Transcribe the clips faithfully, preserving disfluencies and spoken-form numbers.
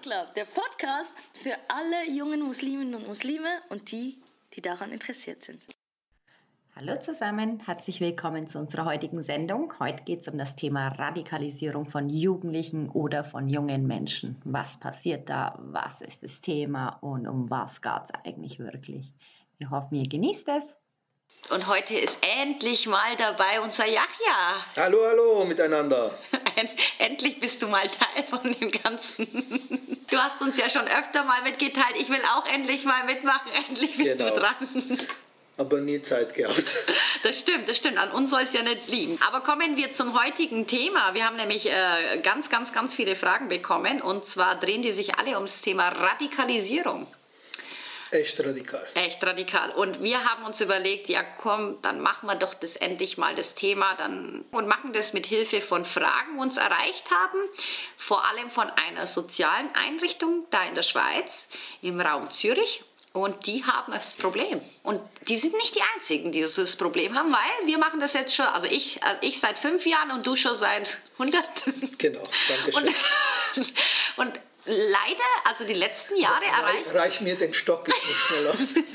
Club, der Podcast für alle jungen Musliminnen und Muslime und die, die daran interessiert sind. Hallo zusammen, herzlich willkommen zu unserer heutigen Sendung. Heute geht es um das Thema Radikalisierung von Jugendlichen oder von jungen Menschen. Was passiert da? Was ist das Thema? Und um was geht es eigentlich wirklich? Wir hoffen, ihr genießt es. Und heute ist endlich mal dabei unser Yahya. Hallo, hallo miteinander. Endlich bist du mal Teil von dem Ganzen. Du hast uns ja schon öfter mal mitgeteilt, ich will auch endlich mal mitmachen, endlich bist genau. du dran. Aber nie Zeit gehabt. Das stimmt, das stimmt. An uns soll es ja nicht liegen. Aber kommen wir zum heutigen Thema. Wir haben nämlich äh, ganz, ganz, ganz viele Fragen bekommen. Und zwar drehen die sich alle ums Thema Radikalisierung. Echt radikal. Echt radikal. Und wir haben uns überlegt, ja komm, dann machen wir doch das endlich mal das Thema dann und machen das mit Hilfe von Fragen, die uns erreicht haben. Vor allem von einer sozialen Einrichtung da in der Schweiz, im Raum Zürich. Und die haben das Problem. Und die sind nicht die Einzigen, die das Problem haben, weil wir machen das jetzt schon, also ich, also ich seit fünf Jahren und du schon seit hundert. Genau, danke schön. Und, und leider, also die letzten Jahre erreicht... Reich, reich mir den Stock jetzt nicht schneller.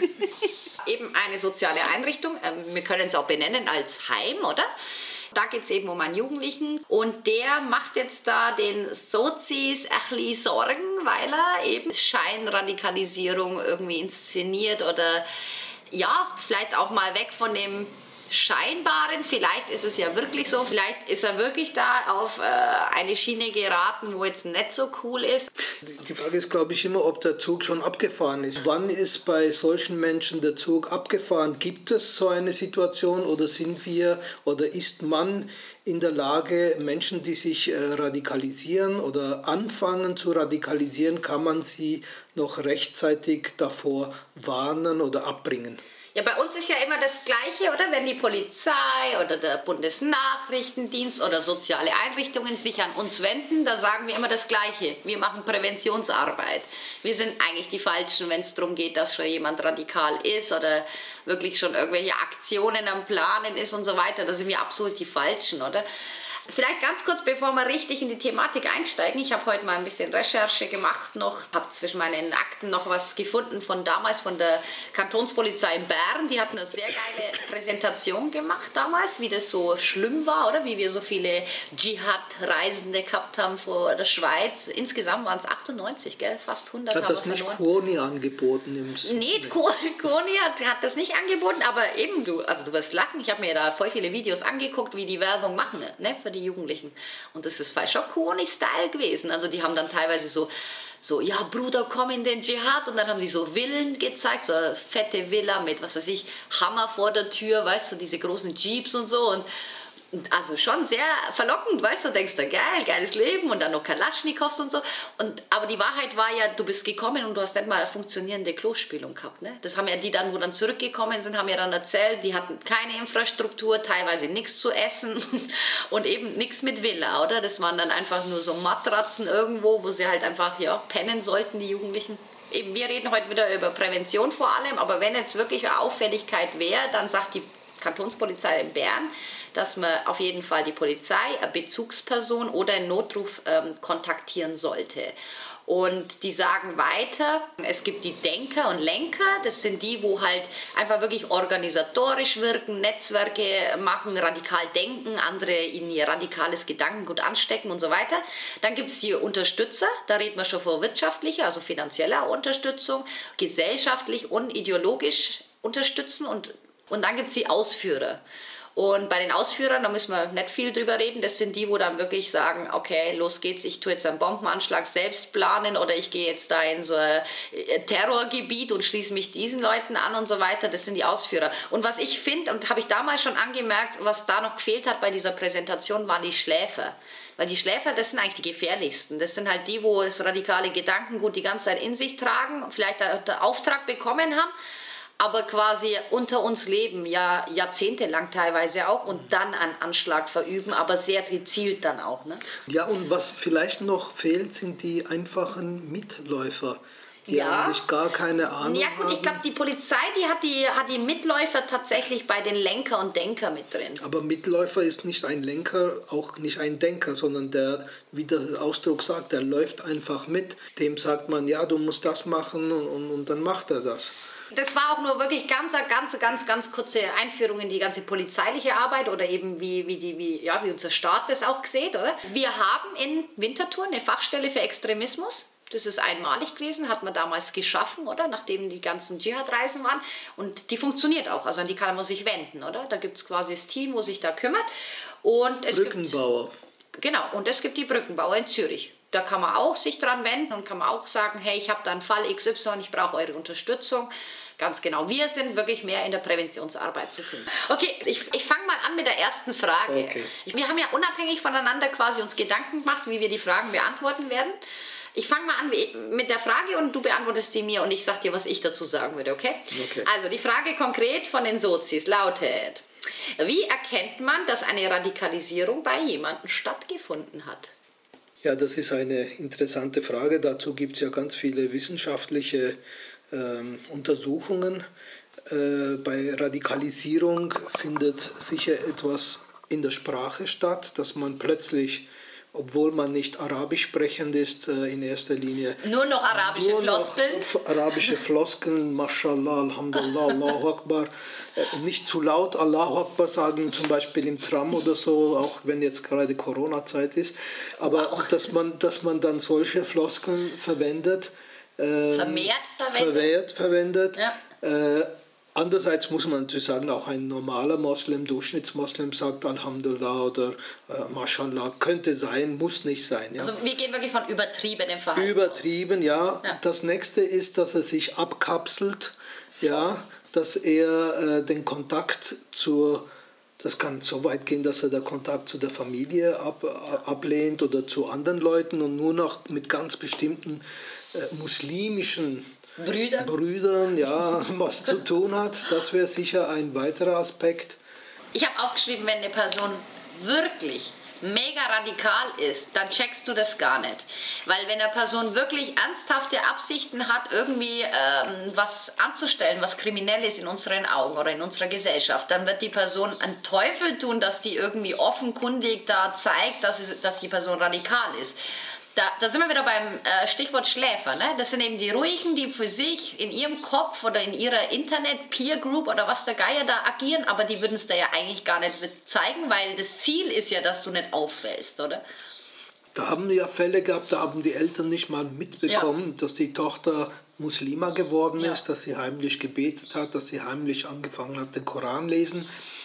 Eben eine soziale Einrichtung, wir können es auch benennen als Heim, oder? Da geht es eben um einen Jugendlichen und der macht jetzt da den Sozis ein bisschen Sorgen, weil er eben Scheinradikalisierung irgendwie inszeniert oder ja, vielleicht auch mal weg von dem Scheinbaren, vielleicht ist es ja wirklich so, vielleicht ist er wirklich da auf äh, eine Schiene geraten, wo jetzt nicht so cool ist. Die Frage ist, glaube ich, immer, ob der Zug schon abgefahren ist. Wann ist bei solchen Menschen der Zug abgefahren? Gibt es so eine Situation oder sind wir oder ist man in der Lage, Menschen, die sich äh, radikalisieren oder anfangen zu radikalisieren, kann man sie noch rechtzeitig davor warnen oder abbringen? Ja, bei uns ist ja immer das Gleiche, oder? Wenn die Polizei oder der Bundesnachrichtendienst oder soziale Einrichtungen sich an uns wenden, da sagen wir immer das Gleiche. Wir machen Präventionsarbeit. Wir sind eigentlich die Falschen, wenn es darum geht, dass schon jemand radikal ist oder wirklich schon irgendwelche Aktionen am Planen ist und so weiter. Da sind wir absolut die Falschen, oder? Vielleicht ganz kurz, bevor wir richtig in die Thematik einsteigen. Ich habe heute mal ein bisschen Recherche gemacht noch, habe zwischen meinen Akten noch was gefunden von damals, von der Kantonspolizei in Bern. Die hatten eine sehr geile Präsentation gemacht damals, wie das so schlimm war, oder? Wie wir so viele Dschihad-Reisende gehabt haben vor der Schweiz. Insgesamt waren es achtundneunzig, gell? Fast hundert. Hat das nicht Koni angeboten? Im nee, Koni hat, hat das nicht angeboten, aber eben, du, also du wirst lachen, ich habe mir da voll viele Videos angeguckt, wie die Werbung machen, ne? Für die Jugendlichen. Und das ist falscher Koni-Style gewesen. Also die haben dann teilweise so, so, ja Bruder, komm in den Dschihad. Und dann haben die so Villen gezeigt, so eine fette Villa mit, was weiß ich, Hammer vor der Tür, weißt du, diese großen Jeeps und so. Und also schon sehr verlockend, weißt du, denkst du, geil, geiles Leben und dann noch Kalaschnikows und so. Und, aber die Wahrheit war ja, du bist gekommen und du hast nicht mal eine funktionierende Klospülung gehabt. Ne? Das haben ja die dann, wo dann zurückgekommen sind, haben ja dann erzählt, die hatten keine Infrastruktur, teilweise nichts zu essen und eben nichts mit Villa, oder? Das waren dann einfach nur so Matratzen irgendwo, wo sie halt einfach, ja, pennen sollten, die Jugendlichen. Eben, wir reden heute wieder über Prävention vor allem, aber wenn jetzt wirklich eine Auffälligkeit wäre, dann sagt die Kantonspolizei in Bern, dass man auf jeden Fall die Polizei, eine Bezugsperson oder einen Notruf ähm, kontaktieren sollte. Und die sagen weiter, es gibt die Denker und Lenker, das sind die, wo halt einfach wirklich organisatorisch wirken, Netzwerke machen, radikal denken, andere in ihr radikales Gedankengut anstecken und so weiter. Dann gibt es die Unterstützer, da reden wir schon von wirtschaftlicher, also finanzieller Unterstützung, gesellschaftlich und ideologisch unterstützen und Und dann gibt es die Ausführer. Und bei den Ausführern, da müssen wir nicht viel drüber reden, das sind die, wo dann wirklich sagen, okay, los geht's, ich tue jetzt einen Bombenanschlag selbst planen oder ich gehe jetzt da in so ein Terrorgebiet und schließe mich diesen Leuten an und so weiter. Das sind die Ausführer. Und was ich finde, und habe ich damals schon angemerkt, was da noch gefehlt hat bei dieser Präsentation, waren die Schläfer. Weil die Schläfer, das sind eigentlich die gefährlichsten. Das sind halt die, wo das radikale Gedankengut die ganze Zeit in sich tragen, vielleicht einen Auftrag bekommen haben, aber quasi unter uns leben, ja jahrzehntelang teilweise auch und dann einen Anschlag verüben, aber sehr gezielt dann auch. Ne? Ja, und was vielleicht noch fehlt, sind die einfachen Mitläufer. die ja. eigentlich gar keine Ahnung Ja gut, haben. ich glaube, die Polizei, die hat die, hat die Mitläufer tatsächlich bei den Lenker und Denker mit drin. Aber Mitläufer ist nicht ein Lenker, auch nicht ein Denker, sondern der, wie der Ausdruck sagt, der läuft einfach mit. Dem sagt man, ja, du musst das machen und, und, und dann macht er das. Das war auch nur wirklich ganz, ganz, ganz, ganz kurze Einführung in die ganze polizeiliche Arbeit oder eben wie, wie, die, wie, ja, wie unser Staat das auch sieht, oder? Wir haben in Winterthur eine Fachstelle für Extremismus. Das ist einmalig gewesen, hat man damals geschaffen, oder? Nachdem die ganzen Dschihad-Reisen waren. Und die funktioniert auch, also an die kann man sich wenden, oder? Da gibt es quasi das Team, wo sich da kümmert. Und es Brückenbauer. Gibt, genau, und es gibt die Brückenbauer in Zürich. Da kann man auch sich dran wenden und kann man auch sagen, hey, ich habe da einen Fall X Y, ich brauche eure Unterstützung. Ganz genau, wir sind wirklich mehr in der Präventionsarbeit zu finden. Okay, ich, ich fange mal an mit der ersten Frage. Okay. Wir haben ja unabhängig voneinander quasi uns Gedanken gemacht, wie wir die Fragen beantworten werden. Ich fange mal an mit der Frage und du beantwortest die mir und ich sage dir, was ich dazu sagen würde, okay? Okay. Also die Frage konkret von den Sozis lautet, wie erkennt man, dass eine Radikalisierung bei jemandem stattgefunden hat? Ja, das ist eine interessante Frage. Dazu gibt es ja ganz viele wissenschaftliche ähm, Untersuchungen. Äh, bei Radikalisierung findet sicher etwas in der Sprache statt, dass man plötzlich, obwohl man nicht arabisch sprechend ist, in erster Linie nur noch arabische nur Floskeln. Noch arabische Floskeln, Mashallah, Alhamdulillah, Allahu Akbar. Nicht zu laut Allahu Akbar sagen, zum Beispiel im Tram oder so, auch wenn jetzt gerade Corona-Zeit ist. Aber wow. dass man, dass man dann solche Floskeln verwendet, ähm, vermehrt verwendet, vermehrt verwendet ja. äh, Andererseits muss man natürlich sagen, auch ein normaler Moslem, Durchschnittsmoslem sagt Alhamdulillah oder äh, Mashallah, könnte sein, muss nicht sein. Ja. Also wir gehen wirklich von übertriebenem Verhalten Übertrieben, ja. ja. Das nächste ist, dass er sich abkapselt, ja, dass er äh, den Kontakt zur, das kann so weit gehen, dass er den Kontakt zu der Familie ab, ablehnt oder zu anderen Leuten und nur noch mit ganz bestimmten äh, muslimischen Brüdern. Brüdern, ja, was zu tun hat. Das wäre sicher ein weiterer Aspekt. Ich habe aufgeschrieben, wenn eine Person wirklich mega radikal ist, dann checkst du das gar nicht. Weil wenn eine Person wirklich ernsthafte Absichten hat, irgendwie ähm, was anzustellen, was kriminell ist in unseren Augen oder in unserer Gesellschaft, dann wird die Person einen Teufel tun, dass die irgendwie offenkundig da zeigt, dass, es, dass die Person radikal ist. Da, da sind wir wieder beim äh, Stichwort Schläfer. Ne? Das sind eben die Ruhigen, die für sich in ihrem Kopf oder in ihrer Internet-Peer-Group oder was der Geier da agieren, aber die würden es da ja eigentlich gar nicht zeigen, weil das Ziel ist ja, dass du nicht auffällst, oder? Da haben wir ja Fälle gehabt, da haben die Eltern nicht mal mitbekommen, ja. dass die Tochter Muslima geworden ja. ist, dass sie heimlich gebetet hat, dass sie heimlich angefangen hat, den Koran lesen.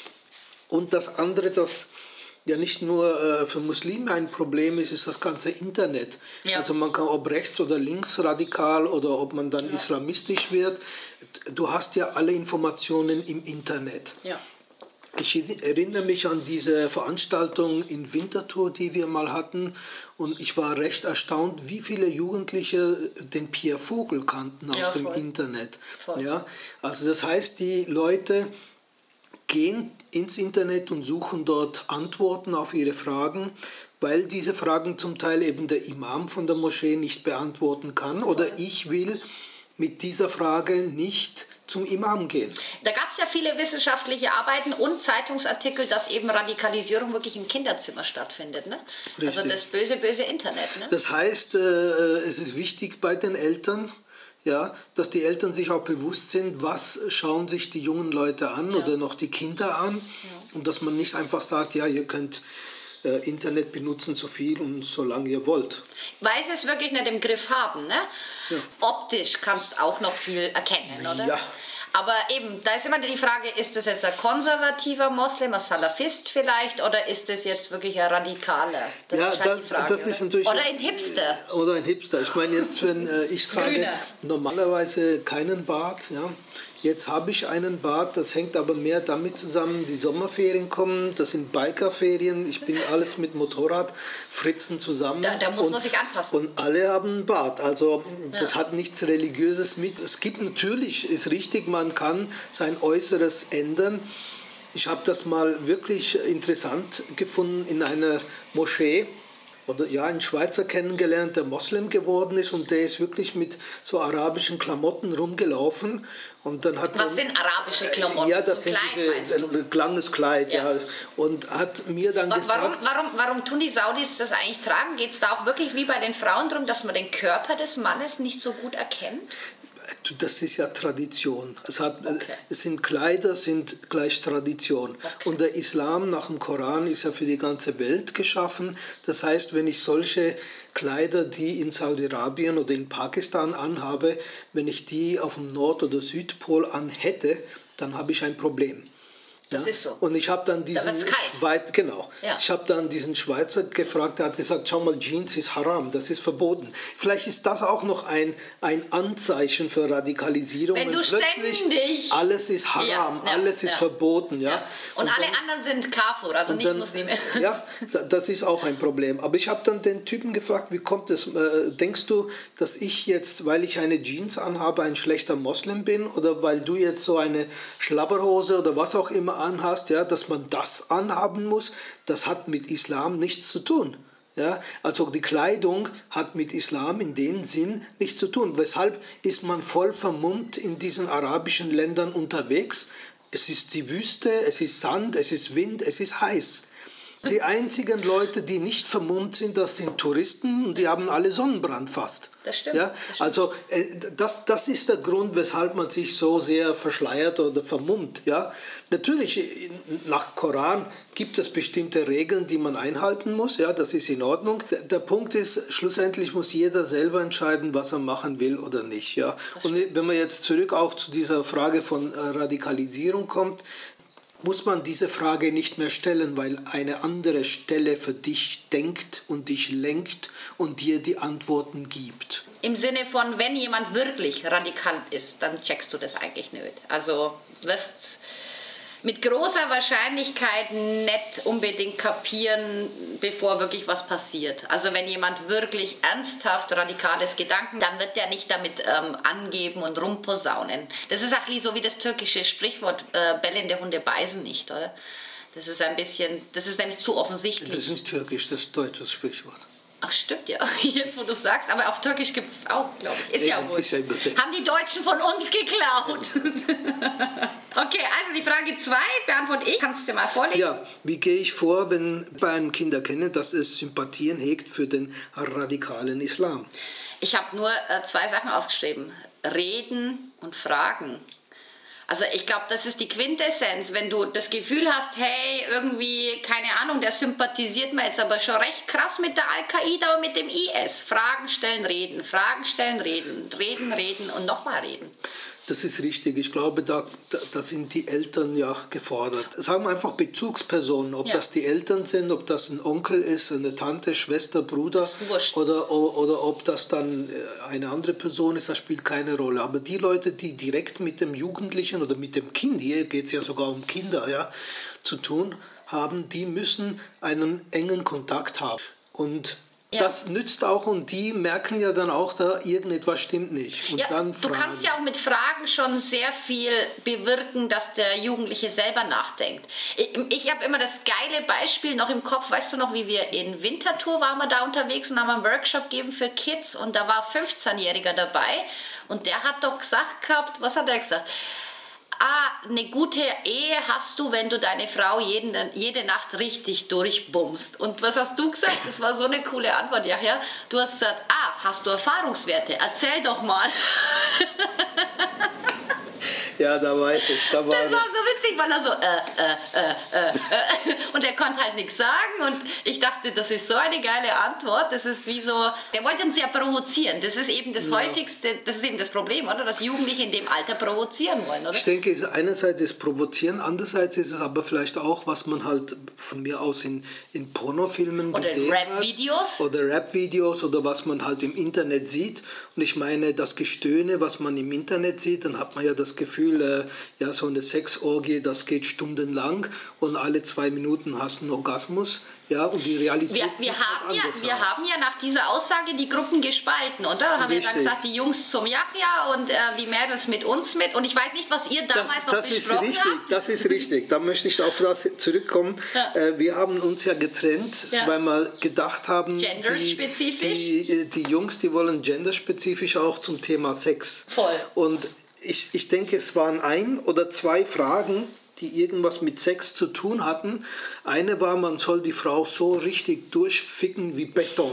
Und das andere, das ja nicht nur äh, für Muslime ein Problem ist, ist das ganze Internet. Ja. Also man kann ob rechts oder links radikal oder ob man dann ja. islamistisch wird. Du hast ja alle Informationen im Internet. Ja. Ich erinnere mich an diese Veranstaltung in Winterthur, die wir mal hatten, und ich war recht erstaunt, wie viele Jugendliche den Pierre Vogel kannten aus ja, dem Internet. Ja, also das heißt, die Leute gehen ins Internet und suchen dort Antworten auf ihre Fragen, weil diese Fragen zum Teil eben der Imam von der Moschee nicht beantworten kann oder ich will mit dieser Frage nicht zum Imam gehen. Da gab es ja viele wissenschaftliche Arbeiten und Zeitungsartikel, dass eben Radikalisierung wirklich im Kinderzimmer stattfindet. Ne? Also das böse, böse Internet. Ne? Das heißt, äh, es ist wichtig bei den Eltern, ja, dass die Eltern sich auch bewusst sind, was schauen sich die jungen Leute an ja. oder noch die Kinder an. Ja. Und dass man nicht einfach sagt, ja, ihr könnt äh, Internet benutzen, so viel und solange ihr wollt. Weil sie es wirklich nicht im Griff haben. Ne? Ja. Optisch kannst du auch noch viel erkennen, oder? Ja. Aber eben, da ist immer die Frage, ist das jetzt ein konservativer Moslem, ein Salafist vielleicht, oder ist das jetzt wirklich ein Radikaler? Das ja, ist halt das, die Frage, das oder? ist natürlich... Oder ein Hipster. Oder ein Hipster. Ich meine jetzt, wenn äh, ich trage Grüner. normalerweise keinen Bart, ja. Jetzt habe ich einen Bart, das hängt aber mehr damit zusammen, die Sommerferien kommen, das sind Bikerferien, ich bin alles mit Motorradfritzen zusammen. Da, da muss und, man sich anpassen. Und alle haben einen Bart, also ja. das hat nichts Religiöses mit. Es gibt natürlich, ist richtig, man kann sein Äußeres ändern. Ich habe das mal wirklich interessant gefunden in einer Moschee. oder ja, einen Schweizer kennengelernt, der Moslem geworden ist und der ist wirklich mit so arabischen Klamotten rumgelaufen. Und dann hat Was dann, sind arabische Klamotten? Ja, das Zum sind Kleid, diese, ein langes Kleid, ja. Ja. Und hat mir dann Wa- gesagt... Warum, warum, warum tun die Saudis das eigentlich tragen? Geht es da auch wirklich wie bei den Frauen darum, dass man den Körper des Mannes nicht so gut erkennt? Das ist ja Tradition. Es, hat, Okay. es sind Kleider, sind gleich Tradition. Okay. Und der Islam nach dem Koran ist ja für die ganze Welt geschaffen. Das heißt, wenn ich solche Kleider, die in Saudi-Arabien oder in Pakistan anhabe, wenn ich die auf dem Nord- oder Südpol anhätte, dann habe ich ein Problem. Das Ja? ist so. Und ich habe dann diesen wird's kalt. Schweiz, genau. Ja. Ich habe dann diesen Schweizer gefragt, der hat gesagt, schau mal, Jeans ist haram, das ist verboten. Vielleicht ist das auch noch ein, ein Anzeichen für Radikalisierung. Wenn du plötzlich ständig- alles ist haram, Ja, ja, alles ist ja. verboten. Ja? Ja. Und, alle dann- anderen sind Kafir, also und nicht dann- Muslime. Ja, da- das ist auch ein Problem. Aber ich habe dann den Typen gefragt, wie kommt es? Äh, denkst du, dass ich jetzt, weil ich eine Jeans anhabe, ein schlechter Moslem bin? Oder weil du jetzt so eine Schlabberhose oder was auch immer anhast, ja, dass man das anhaben muss? Das hat mit Islam nichts zu tun. Ja, also die Kleidung hat mit Islam in dem Sinn nichts zu tun. Weshalb ist man voll vermummt in diesen arabischen Ländern unterwegs? Es ist die Wüste, es ist Sand, es ist Wind, es ist heiß. Die einzigen Leute, die nicht vermummt sind, das sind Touristen und die haben alle Sonnenbrand fast. Das stimmt, Ja? das stimmt. Also äh, das, das ist der Grund, weshalb man sich so sehr verschleiert oder vermummt. Ja? Natürlich, äh, nach Koran gibt es bestimmte Regeln, die man einhalten muss. Ja? Das ist in Ordnung. Der, der Punkt ist, schlussendlich muss jeder selber entscheiden, was er machen will oder nicht. Ja? Und wenn man jetzt zurück auch zu dieser Frage von äh, Radikalisierung kommt, muss man diese Frage nicht mehr stellen, weil eine andere Stelle für dich denkt und dich lenkt und dir die Antworten gibt. Im Sinne von, wenn jemand wirklich radikal ist, dann checkst du das eigentlich nicht. Also wirst mit großer Wahrscheinlichkeit nicht unbedingt kapieren, bevor wirklich was passiert. Also wenn jemand wirklich ernsthaft radikales Gedanken, dann wird der nicht damit ähm, angeben und rumposaunen. Das ist auch so wie das türkische Sprichwort, äh, bellende Hunde beißen nicht, oder? Das ist ein bisschen, das ist nämlich zu offensichtlich. Das ist türkisch, das ist deutsches Sprichwort. Ach stimmt, ja, jetzt wo du sagst, aber auf Türkisch gibt es auch, glaube ich. Ist ja Eben, wohl. ist ja übersetzt. Haben die Deutschen von uns geklaut. Okay, also die Frage zwei beantworte ich. Kannst du mal vorlesen? Ja, wie gehe ich vor, wenn bei einem Kind erkenne, dass es Sympathien hegt für den radikalen Islam? Ich habe nur äh, zwei Sachen aufgeschrieben. Reden und Fragen. Also ich glaube, das ist die Quintessenz, wenn du das Gefühl hast, hey, irgendwie, keine Ahnung, der sympathisiert mir jetzt aber schon recht krass mit der Al-Qaida und mit dem I S. Fragen stellen, reden, Fragen stellen, reden, reden, reden und nochmal reden. Das ist richtig. Ich glaube, da, da, da sind die Eltern ja gefordert. Sagen wir einfach Bezugspersonen, ob Ja. das die Eltern sind, ob das ein Onkel ist, eine Tante, Schwester, Bruder Das ist wurscht. oder, oder ob das dann eine andere Person ist, das spielt keine Rolle. Aber die Leute, die direkt mit dem Jugendlichen oder mit dem Kind, hier geht es ja sogar um Kinder, ja, zu tun haben, die müssen einen engen Kontakt haben. Und Ja. das nützt auch und die merken ja dann auch, da irgendetwas stimmt nicht. Und Ja, dann du fragen. kannst ja auch mit Fragen schon sehr viel bewirken, dass der Jugendliche selber nachdenkt. Ich, ich habe immer das geile Beispiel noch im Kopf, weißt du noch, wie wir in Winterthur waren wir da unterwegs und haben einen Workshop gegeben für Kids und da war ein fünfzehnjähriger dabei und der hat doch gesagt gehabt, was hat er gesagt? Ah, eine gute Ehe hast du, wenn du deine Frau jeden, jede Nacht richtig durchbummst. Und was hast du gesagt? Das war so eine coole Antwort. Ja, ja. Du hast gesagt, ah, hast du Erfahrungswerte? Erzähl doch mal. Ja, da weiß ich. Da war Das war so witzig, weil er so, äh, äh, äh, äh, äh, und er konnte halt nichts sagen und ich dachte, das ist so eine geile Antwort, das ist wie so, er wollte uns ja provozieren, das ist eben das Ja. häufigste, das ist eben das Problem, oder, dass Jugendliche in dem Alter provozieren wollen, oder? Ich denke, es einerseits ist Provozieren, andererseits ist es aber vielleicht auch, was man halt von mir aus in, in Pornofilmen Oder gesehen Rap-Videos. hat. Oder Rap-Videos oder was man halt im Internet sieht. Und ich meine, das Gestöhne, was man im Internet sieht, dann hat man ja das Gefühl, Beispiel, äh, ja, so eine Sexorgie, das geht stundenlang und alle zwei Minuten hast du einen Orgasmus. Ja, und die Realität wir, wir, haben halt ja, wir aus. haben ja nach dieser Aussage die Gruppen gespalten, oder? Haben wir dann gesagt, die Jungs zum Yahya und äh, die Mädels mit uns mit. Und ich weiß nicht, was ihr damals das, noch das besprochen ist richtig, habt. Das ist richtig, da möchte ich auf das zurückkommen. Ja. Äh, wir haben uns ja getrennt, ja. weil wir gedacht haben, genderspezifisch. Die, die, die Jungs, die wollen genderspezifisch auch zum Thema Sex. Voll. Und ich, ich denke, es waren ein oder zwei Fragen, die irgendwas mit Sex zu tun hatten. Eine war, man soll die Frau so richtig durchficken wie Beton.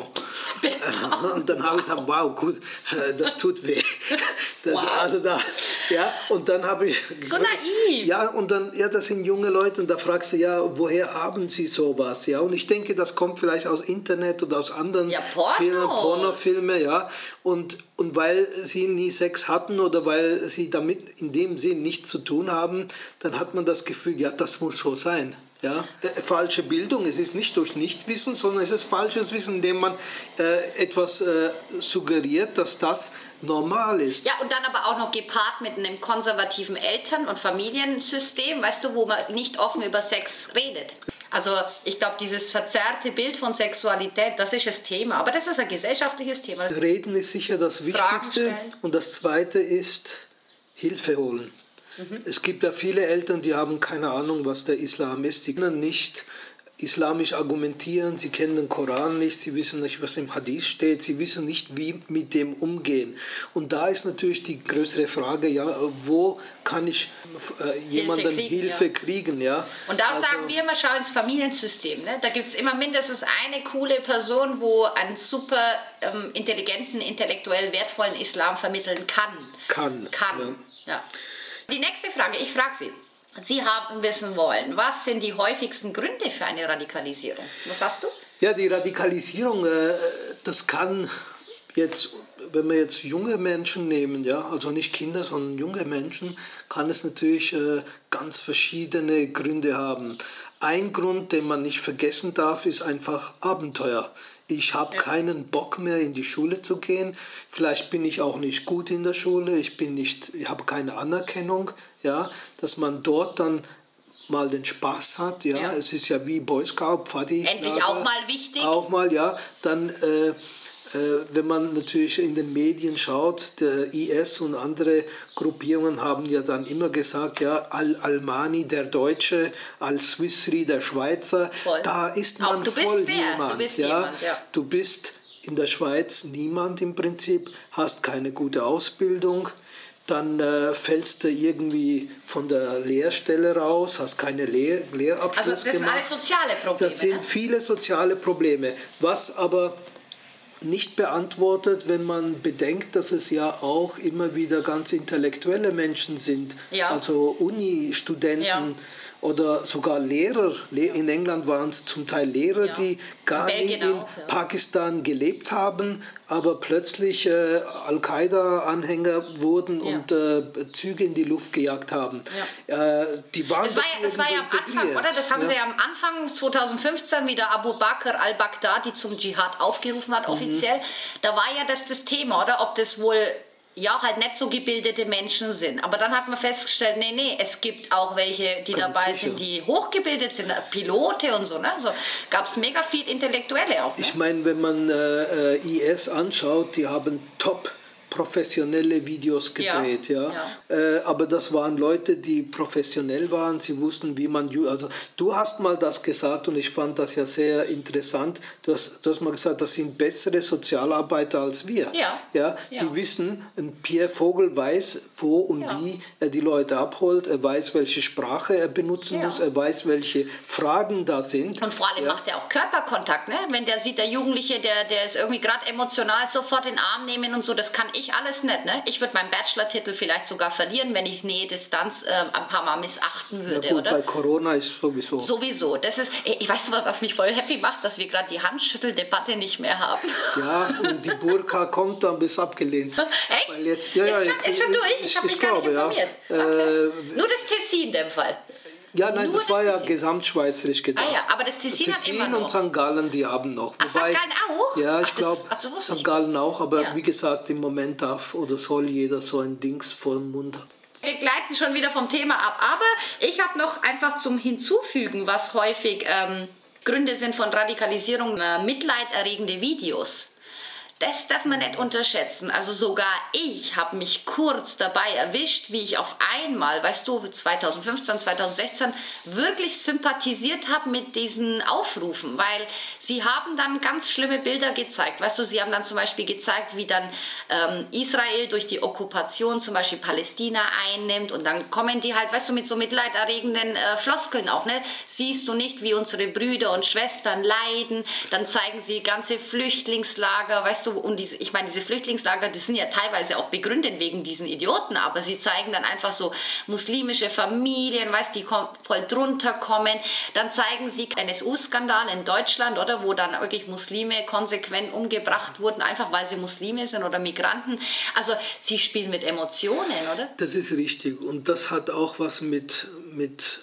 Beton. Und dann habe ich gesagt, wow, gut, das tut weh. Wow. Also da, ja, und dann habe ich... So naiv. Ja, und dann, ja, das sind junge Leute und da fragst du, ja, woher haben sie sowas? Ja, und ich denke, das kommt vielleicht aus Internet oder aus anderen ja, Filmen, Pornofilme, ja. Und, und weil sie nie Sex hatten oder weil sie damit in dem Sinn nichts zu tun haben, dann hat man das Gefühl, ja, das muss so sein. Ja, falsche Bildung, es ist nicht durch Nichtwissen, sondern es ist falsches Wissen, indem man äh, etwas äh, suggeriert, dass das normal ist. Ja, und dann aber auch noch gepaart mit einem konservativen Eltern- und Familiensystem, weißt du, wo man nicht offen über Sex redet. Also ich glaube, dieses verzerrte Bild von Sexualität, das ist das Thema, aber das ist ein gesellschaftliches Thema. Reden ist sicher das Wichtigste und das Zweite ist Hilfe holen. Mhm. Es gibt ja viele Eltern, die haben keine Ahnung, was der Islam ist. Die können nicht islamisch argumentieren, sie kennen den Koran nicht, sie wissen nicht, was im Hadith steht, sie wissen nicht, wie mit dem umgehen. Und da ist natürlich die größere Frage, ja, wo kann ich äh, jemanden Hilfe kriegen? Hilfe ja. kriegen ja? Und da also, sagen wir immer, schau ins Familiensystem. Ne? Da gibt es immer mindestens eine coole Person, wo einen super ähm, intelligenten, intellektuell wertvollen Islam vermitteln kann. Kann. Kann, ja. ja. Die nächste Frage, ich frage Sie. Sie haben wissen wollen, was sind die häufigsten Gründe für eine Radikalisierung? Was hast du? Ja, die Radikalisierung, äh, das kann jetzt, wenn wir jetzt junge Menschen nehmen, ja, also nicht Kinder, sondern junge Menschen, kann es natürlich äh, ganz verschiedene Gründe haben. Ein Grund, den man nicht vergessen darf, ist einfach Abenteuer. Ich habe ja. keinen Bock mehr, in die Schule zu gehen. Vielleicht bin ich auch nicht gut in der Schule. Ich bin nicht, ich habe keine Anerkennung. Ja, dass man dort dann mal den Spaß hat. Ja, ja. Es ist ja wie Boy Scout, Pfadi. Endlich Lager, auch mal wichtig. Auch mal, ja. Dann, äh, äh, wenn man natürlich in den Medien schaut, der I S und andere Gruppierungen haben ja dann immer gesagt, ja, Al-Almani, der Deutsche, Al-Swissri, der Schweizer. Voll. Da ist man auch, du voll bist wer? jemand. Du bist ja. jemand, ja. Du bist in der Schweiz niemand im Prinzip, hast keine gute Ausbildung. Dann äh, fällst du irgendwie von der Lehrstelle raus, hast keine Lehr Lehrabschluss gemacht. Also das gemacht. sind alles soziale Probleme. Das sind ne? viele soziale Probleme, was aber nicht beantwortet, wenn man bedenkt, dass es ja auch immer wieder ganz intellektuelle Menschen sind, ja. also Uni-Studenten ja. oder sogar Lehrer. In England waren es zum Teil Lehrer, ja. die gar nie in auch, ja. Pakistan gelebt haben, aber plötzlich äh, Al-Qaida-Anhänger wurden ja. und äh, Züge in die Luft gejagt haben. Ja. Äh, die waren das war ja, das war ja am Anfang, oder? Das haben ja. sie ja am Anfang zweitausendfünfzehn, wie der Abu Bakr al-Baghdadi zum Dschihad aufgerufen hat, offiziell. Mhm. Da war ja das das Thema, oder? Ob das wohl ja halt nicht so gebildete Menschen sind. Aber dann hat man festgestellt, nee, nee, es gibt auch welche, die Ganz dabei sicher. sind, die hochgebildet sind, Pilote und so. Ne? Also gab es mega viel Intellektuelle auch. Ne? Ich meine, wenn man äh, I S anschaut, die haben top professionelle Videos gedreht, ja. ja. ja. Äh, aber das waren Leute, die professionell waren, sie wussten, wie man, also du hast mal das gesagt und ich fand das ja sehr interessant, du hast, du hast mal gesagt, das sind bessere Sozialarbeiter als wir. Ja. Ja, die ja. wissen, ein Pierre Vogel weiß, wo und ja. wie er die Leute abholt, er weiß, welche Sprache er benutzen ja. muss, er weiß, welche Fragen da sind. Und vor allem ja. macht er auch Körperkontakt, ne? Wenn der sieht, der Jugendliche, der, der ist irgendwie gerade emotional, sofort in den Arm nehmen und so, das kann ich alles nicht, ne? Ich würde meinen Bachelor-Titel vielleicht sogar verlieren, wenn ich Nähe Distanz äh, ein paar Mal missachten würde, ja gut, oder? Bei Corona ist sowieso. Sowieso. Das ist, ich weiß aber, was mich voll happy macht, dass wir gerade die Handschütteldebatte nicht mehr haben. Ja, und die Burka kommt dann bis abgelehnt. Echt? Weil jetzt, ja, ist, ja, schon, jetzt, ist schon durch? Ich, ich habe mich gar nicht informiert. Ja. Okay. Äh, Nur das Tessin in dem Fall. Ja, nein, Nur das war ja Tessin. gesamtschweizerisch gedacht. Ah ja, aber das Tessin, Tessin hat immer noch. und Sankt Gallen, die haben noch. Ach, Sankt Gallen auch? Ja, ich glaube, so Sankt Gallen auch, aber ja. wie gesagt, im Moment darf oder soll jeder so ein Dings vor dem Mund haben. Wir gleiten schon wieder vom Thema ab. Aber ich habe noch einfach zum Hinzufügen, was häufig ähm, Gründe sind von Radikalisierung, äh, mitleiderregende Videos. Das darf man nicht unterschätzen. Also sogar ich habe mich kurz dabei erwischt, wie ich auf einmal, weißt du, zwanzig fünfzehn, zwanzig sechzehn wirklich sympathisiert habe mit diesen Aufrufen, weil sie haben dann ganz schlimme Bilder gezeigt. Weißt du, sie haben dann zum Beispiel gezeigt, wie dann ähm, Israel durch die Okkupation zum Beispiel Palästina einnimmt und dann kommen die halt, weißt du, mit so mitleiderregenden äh, Floskeln auch, ne? Siehst du nicht, wie unsere Brüder und Schwestern leiden? Dann zeigen sie ganze Flüchtlingslager, weißt du, und diese, ich meine, diese Flüchtlingslager, die sind ja teilweise auch begründet wegen diesen Idioten, aber sie zeigen dann einfach so muslimische Familien, weißt, die voll drunter kommen. Dann zeigen sie einen N S U-Skandal in Deutschland, oder, wo dann wirklich Muslime konsequent umgebracht wurden, einfach weil sie Muslime sind oder Migranten. Also sie spielen mit Emotionen, oder? Das ist richtig und das hat auch was mit, mit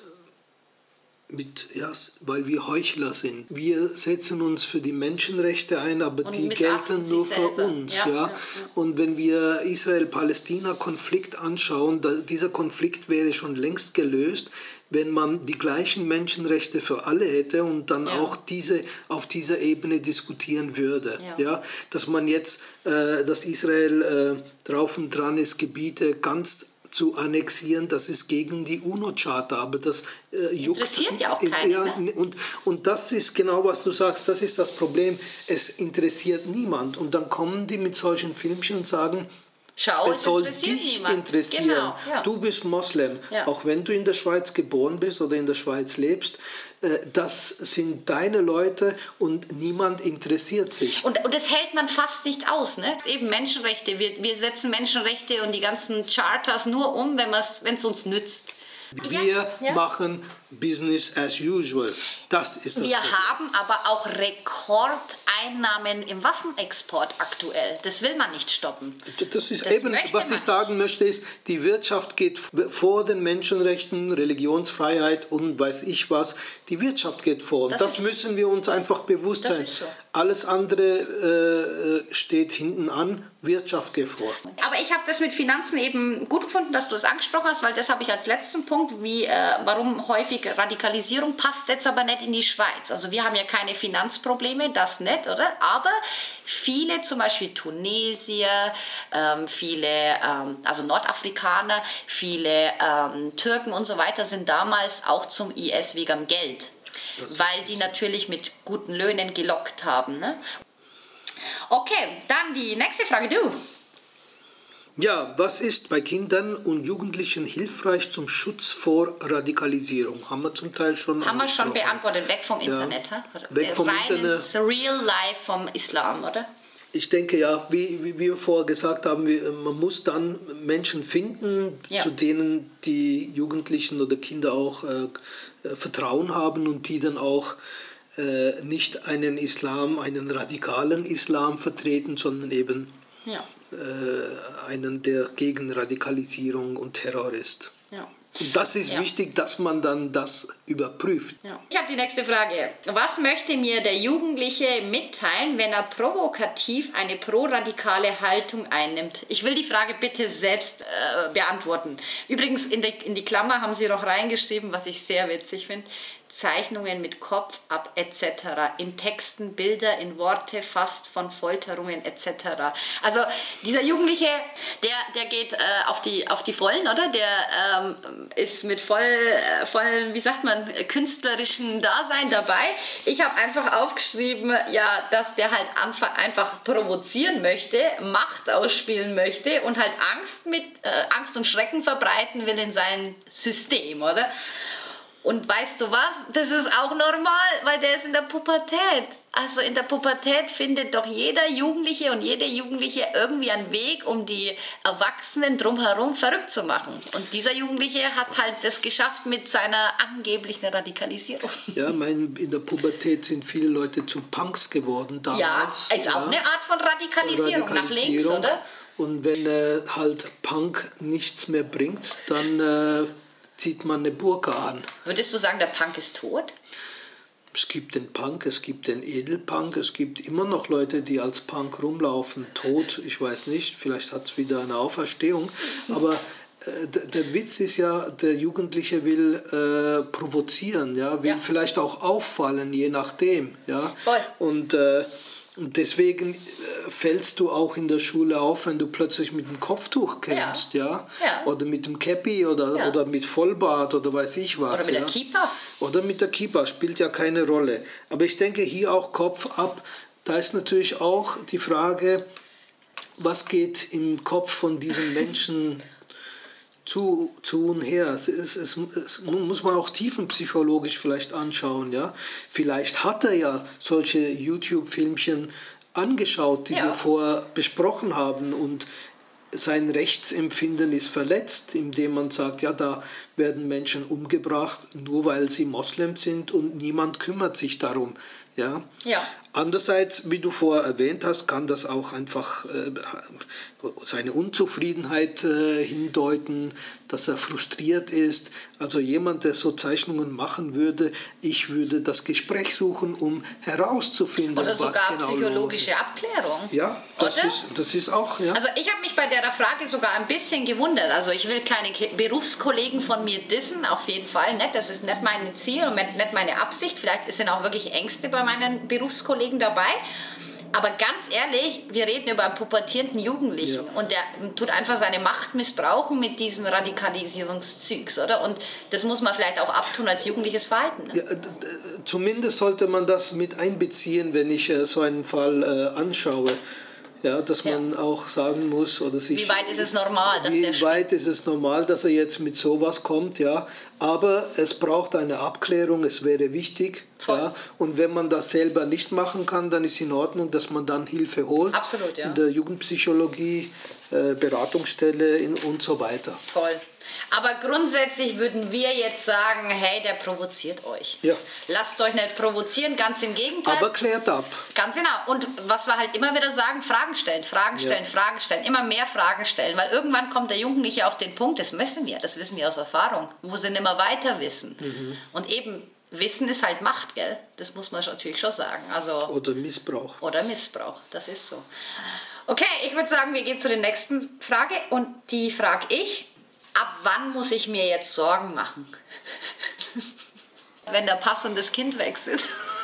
Mit, ja, weil wir Heuchler sind. Wir setzen uns für die Menschenrechte ein, aber und die gelten nur für selber. uns. Ja, ja. Ja, ja. Und wenn wir Israel-Palästina-Konflikt anschauen, da, dieser Konflikt wäre schon längst gelöst, wenn man die gleichen Menschenrechte für alle hätte und dann ja. auch diese auf dieser Ebene diskutieren würde. Ja. Ja, dass man jetzt, äh, dass Israel äh, drauf und dran ist, Gebiete ganz zu annexieren, das ist gegen die UNO-Charta, aber das äh, juckt. Interessiert ja auch keinen. Ja, ne? und, und das ist genau, was du sagst, das ist das Problem, es interessiert niemand. Und dann kommen die mit solchen Filmchen und sagen, Schau, es soll dich niemand. interessieren. Genau, ja. Du bist Moslem, ja. auch wenn du in der Schweiz geboren bist oder in der Schweiz lebst. Das sind deine Leute und niemand interessiert sich. Und, und das hält man fast nicht aus. Ne? Eben Menschenrechte. Wir, wir setzen Menschenrechte und die ganzen Charters nur um, wenn es uns nützt. Wir ja, ja. machen Business as usual. Das ist das Wir Problem. haben aber auch Rekordeinnahmen im Waffenexport aktuell. Das will man nicht stoppen. Das ist das eben, was ich sagen möchte, ist, die Wirtschaft geht vor den Menschenrechten, Religionsfreiheit und weiß ich was. Die Wirtschaft geht vor. Und das, das müssen wir uns einfach bewusst das sein. Ist so. Alles andere äh, steht hinten an. Wirtschaft geht vor. Aber ich habe das mit Finanzen eben gut gefunden, dass du es angesprochen hast, weil das habe ich als letzten Punkt, wie, äh, warum häufig Radikalisierung passt jetzt aber nicht in die Schweiz. Also wir haben ja keine Finanzprobleme, das nicht, oder? Aber viele, zum Beispiel Tunesier, ähm, viele, ähm, also Nordafrikaner, viele ähm, Türken und so weiter sind damals auch zum I S wegen Geld, weil die natürlich mit guten Löhnen gelockt haben. Ne? Okay, dann die nächste Frage, du. Ja, was ist bei Kindern und Jugendlichen hilfreich zum Schutz vor Radikalisierung? Haben wir zum Teil schon Haben wir schon beantwortet, weg vom Internet. Ja, weg vom rein Internet. Ins Real Life vom Islam, oder? Ich denke ja, wie, wie wir vorher gesagt haben, man muss dann Menschen finden, ja. zu denen die Jugendlichen oder Kinder auch äh, Vertrauen haben und die dann auch äh, nicht einen Islam, einen radikalen Islam vertreten, sondern eben ja. äh, einen, der gegen Radikalisierung und Terror ist. Ja. Und das ist ja. wichtig, dass man dann das überprüft. Ja. Ich habe die nächste Frage. Was möchte mir der Jugendliche mitteilen, wenn er provokativ eine proradikale Haltung einnimmt? Ich will die Frage bitte selbst äh, beantworten. Übrigens, in, der, in die Klammer haben Sie noch reingeschrieben, was ich sehr witzig finde. Zeichnungen mit Kopf ab et cetera. In Texten, Bilder, in Worte, fast von Folterungen et cetera. Also dieser Jugendliche, der, der geht äh, auf, die, auf die Vollen, oder? Der ähm, ist mit voll, äh, voll, wie sagt man, künstlerischen Dasein dabei. Ich habe einfach aufgeschrieben, ja, dass der halt einfach provozieren möchte, Macht ausspielen möchte und halt Angst, mit, äh, Angst und Schrecken verbreiten will in sein System, oder? Und weißt du was? Das ist auch normal, weil der ist in der Pubertät. Also in der Pubertät findet doch jeder Jugendliche und jede Jugendliche irgendwie einen Weg, um die Erwachsenen drumherum verrückt zu machen. Und dieser Jugendliche hat halt das geschafft mit seiner angeblichen Radikalisierung. Ja, mein, in der Pubertät sind viele Leute zu Punks geworden damals. Ja, ist auch ja. eine Art von Radikalisierung, Radikalisierung nach links, oder? Und wenn äh, halt Punk nichts mehr bringt, dann äh, zieht man eine Burka an. Würdest du sagen, der Punk ist tot? Es gibt den Punk, es gibt den Edelpunk, es gibt immer noch Leute, die als Punk rumlaufen. Tot, ich weiß nicht, vielleicht hat es wieder eine Auferstehung. Aber Der, der Witz ist ja, der Jugendliche will äh, provozieren, ja, will ja. vielleicht auch auffallen, je nachdem. Ja. Voll. Und, äh, und deswegen äh, fällst du auch in der Schule auf, wenn du plötzlich mit dem Kopftuch kämpfst, ja. Ja. ja. Oder mit dem Käppi oder, ja. oder mit Vollbart oder weiß ich was. Oder mit ja. der Kippa. Oder mit der Kippa, spielt ja keine Rolle. Aber ich denke hier auch Kopf ab, da ist natürlich auch die Frage, was geht im Kopf von diesen Menschen zu, zu und her. Es, es, es, es muss man auch tiefenpsychologisch vielleicht anschauen. Ja? Vielleicht hat er ja solche YouTube-Filmchen angeschaut, die ja. wir vorher besprochen haben, und sein Rechtsempfinden ist verletzt, indem man sagt, ja, da werden Menschen umgebracht, nur weil sie Moslem sind und niemand kümmert sich darum. Ja? Ja. Andererseits, wie du vorher erwähnt hast, kann das auch einfach äh, seine Unzufriedenheit äh, hindeuten, dass er frustriert ist. Also jemand, der so Zeichnungen machen würde, ich würde das Gespräch suchen, um herauszufinden, Oder was sogar genau psychologische los ist. Abklärung. Ja, das ist, das ist auch, ja. Also ich habe mich bei der Frage sogar ein bisschen gewundert. Also ich will keine Berufskollegen von mir dissen, auf jeden Fall nicht. Das ist nicht mein Ziel und nicht meine Absicht. Vielleicht sind auch wirklich Ängste bei meinen Berufskollegen dabei. Aber ganz ehrlich, wir reden über einen pubertierenden Jugendlichen ja. und der tut einfach seine Macht missbrauchen mit diesen Radikalisierungszügs, oder? Und das muss man vielleicht auch abtun als jugendliches Verhalten. Ne? Ja, zumindest sollte man das mit einbeziehen, wenn ich äh, so einen Fall äh, anschaue. Ja, dass man ja. auch sagen muss, oder sich... Wie weit ist es normal, dass wie der weit ist es normal, dass er jetzt mit sowas kommt, ja. Aber es braucht eine Abklärung, es wäre wichtig. Ja. Und wenn man das selber nicht machen kann, dann ist in Ordnung, dass man dann Hilfe holt. Absolut, ja. In der Jugendpsychologie, äh, Beratungsstelle in, und so weiter. Voll. Aber grundsätzlich würden wir jetzt sagen, hey, der provoziert euch. Ja. Lasst euch nicht provozieren, ganz im Gegenteil. Aber klärt ab. Ganz genau. Und was wir halt immer wieder sagen, Fragen stellen, Fragen stellen, ja. Fragen stellen, immer mehr Fragen stellen. Weil irgendwann kommt der Jugendliche auf den Punkt, das wissen wir, das wissen wir aus Erfahrung, wo sie nicht mehr weiter wissen. Mhm. Und eben, Wissen ist halt Macht, gell? Das muss man natürlich schon sagen. Also, oder Missbrauch. Oder Missbrauch, das ist so. Okay, ich würde sagen, wir gehen zu der nächsten Frage. Und die frage ich, ab wann muss ich mir jetzt Sorgen machen? Wenn der Pass und das Kind weg sind.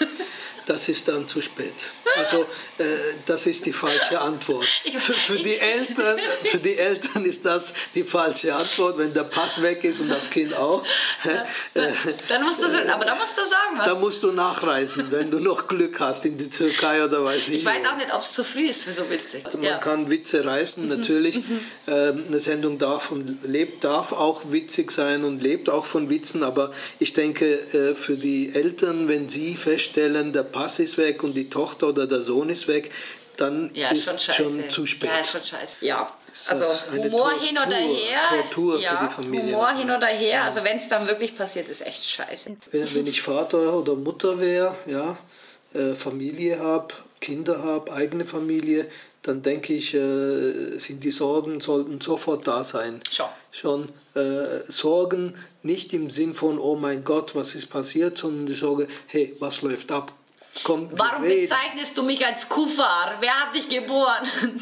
Das ist dann zu spät. Also äh, das ist die falsche Antwort. Für, für, die Eltern, für die Eltern ist das die falsche Antwort, wenn der Pass weg ist und das Kind auch. Ja, dann musst du so, aber da musst du sagen. Da musst du nachreisen, wenn du noch Glück hast in die Türkei oder weiß ich. Ich weiß auch nicht, ob es zu früh ist für so Witze. Also man ja. kann Witze reißen, natürlich. ähm, eine Sendung darf und lebt, darf auch witzig sein und lebt auch von Witzen, aber ich denke, äh, für die Eltern, wenn sie feststellen, der Pass ist weg und die Tochter oder der Sohn ist weg, dann ja, ist schon, schon zu spät. Ja, schon scheiße. Ja, also Humor Tortur, hin oder her. Tortur ja, für die Familie. Humor hin oder her. Also wenn es dann wirklich passiert, ist echt scheiße. Wenn, wenn ich Vater oder Mutter wäre, ja, äh, Familie habe, Kinder habe, eigene Familie, dann denke ich, äh, sind die Sorgen sollten sofort da sein. Schon. Schon äh, Sorgen nicht im Sinn von, oh mein Gott, was ist passiert, sondern die Sorge, hey, was läuft ab? Komm, warum reden. bezeichnest du mich als Kufar? Wer hat dich geboren?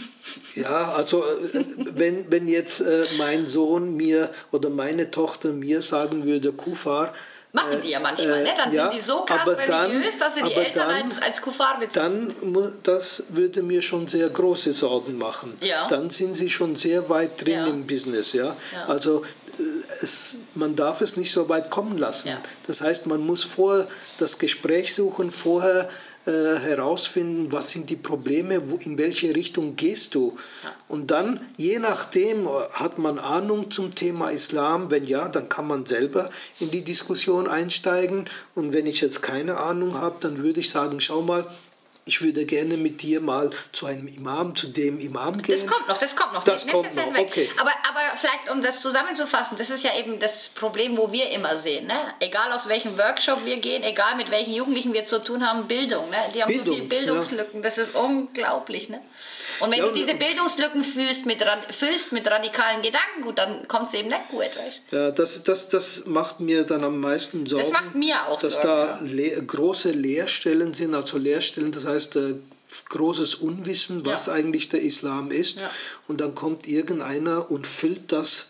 Ja, also äh, wenn, wenn jetzt äh, mein Sohn mir oder meine Tochter mir sagen würde, Kufar, machen die ja manchmal, äh, ne? Dann ja, sind die so krass religiös, dann, dass sie die Eltern dann, als, als Kufar bezeichnen. Dann, das würde mir schon sehr große Sorgen machen. Ja. Dann sind sie schon sehr weit drin ja. im Business. Ja? Ja. Also es, man darf es nicht so weit kommen lassen. Ja. Das heißt, man muss vorher das Gespräch suchen, vorher äh, herausfinden, was sind die Probleme, wo, in welche Richtung gehst du. Ja. Und dann, je nachdem, hat man Ahnung zum Thema Islam. Wenn ja, dann kann man selber in die Diskussion einsteigen. Und wenn ich jetzt keine Ahnung habe, dann würde ich sagen, schau mal, ich würde gerne mit dir mal zu einem Imam, zu dem Imam gehen. Das kommt noch, das kommt noch. Das kommt noch, okay. Aber, aber vielleicht, um das zusammenzufassen, das ist ja eben das Problem, wo wir immer sehen. Ne? Egal aus welchem Workshop wir gehen, egal mit welchen Jugendlichen wir zu tun haben, Bildung. Ne? Die haben Bildung, so viele Bildungslücken, ja. Das ist unglaublich. Ne? Und wenn ja, und, du diese Bildungslücken fühlst mit, füllst mit radikalen Gedanken, gut, dann kommt es eben nicht gut. Weißt? Ja, das, das, das macht mir dann am meisten Sorgen. Das macht mir auch dass Sorgen. Dass da le große Leerstellen sind, also Leerstellen, das heißt, heißt äh, großes Unwissen, was ja. eigentlich der Islam ist. Ja. Und dann kommt irgendeiner und füllt das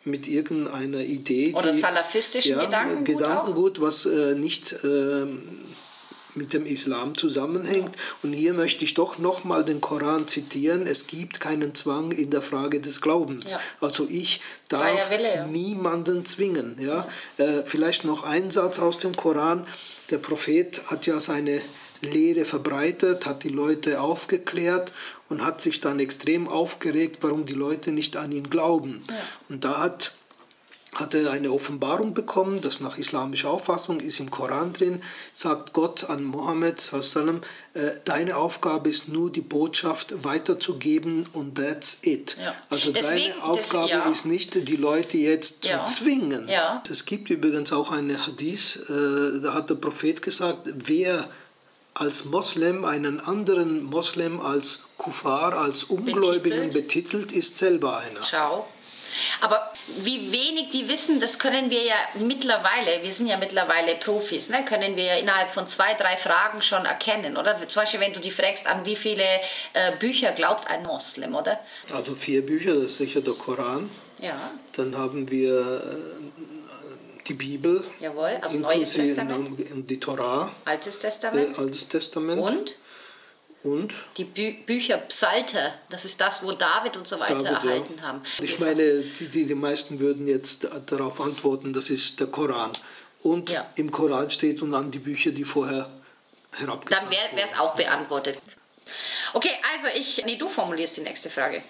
mit irgendeiner Idee. Oder die, salafistischen ja, Gedankengut, Gedankengut was äh, nicht äh, mit dem Islam zusammenhängt. Und hier möchte ich doch nochmal den Koran zitieren. Es gibt keinen Zwang in der Frage des Glaubens. Ja. Also ich darf Wille, ja. niemanden zwingen. Ja? Ja. Äh, vielleicht noch ein Satz aus dem Koran. Der Prophet hat ja seine Lehre verbreitet, hat die Leute aufgeklärt und hat sich dann extrem aufgeregt, warum die Leute nicht an ihn glauben. Ja. Und da hat hat er eine Offenbarung bekommen, das nach islamischer Auffassung ist im Koran drin, sagt Gott an Mohammed, äh, deine Aufgabe ist nur, die Botschaft weiterzugeben und that's it. Ja. Also Deswegen, deine Aufgabe das, ja. ist nicht, die Leute jetzt ja. zu zwingen. Ja. Es gibt übrigens auch eine Hadith, äh, da hat der Prophet gesagt, wer als Moslem einen anderen Moslem als Kuffar, als Ungläubigen betitelt, betitelt ist selber einer. Schau. Aber wie wenig die wissen, das können wir ja mittlerweile, wir sind ja mittlerweile Profis, ne, können wir ja innerhalb von zwei, drei Fragen schon erkennen, oder? Zum Beispiel, wenn du die fragst, an wie viele äh, Bücher glaubt ein Moslem, oder? Also vier Bücher, das ist sicher der Koran. Ja. Dann haben wir äh, die Bibel. Jawohl, also Neues Testament. Die Torah. Altes Testament. Äh, Altes Testament. Und? Und? Die Bü Bücher Psalter, das ist das, wo David und so weiter David, erhalten ja. haben. Ich meine, die, die, die meisten würden jetzt darauf antworten, das ist der Koran. Und ja. im Koran steht und dann die Bücher, die vorher herabgesandt wurden. Dann wäre es auch beantwortet. Okay, also ich, nee, du formulierst die nächste Frage.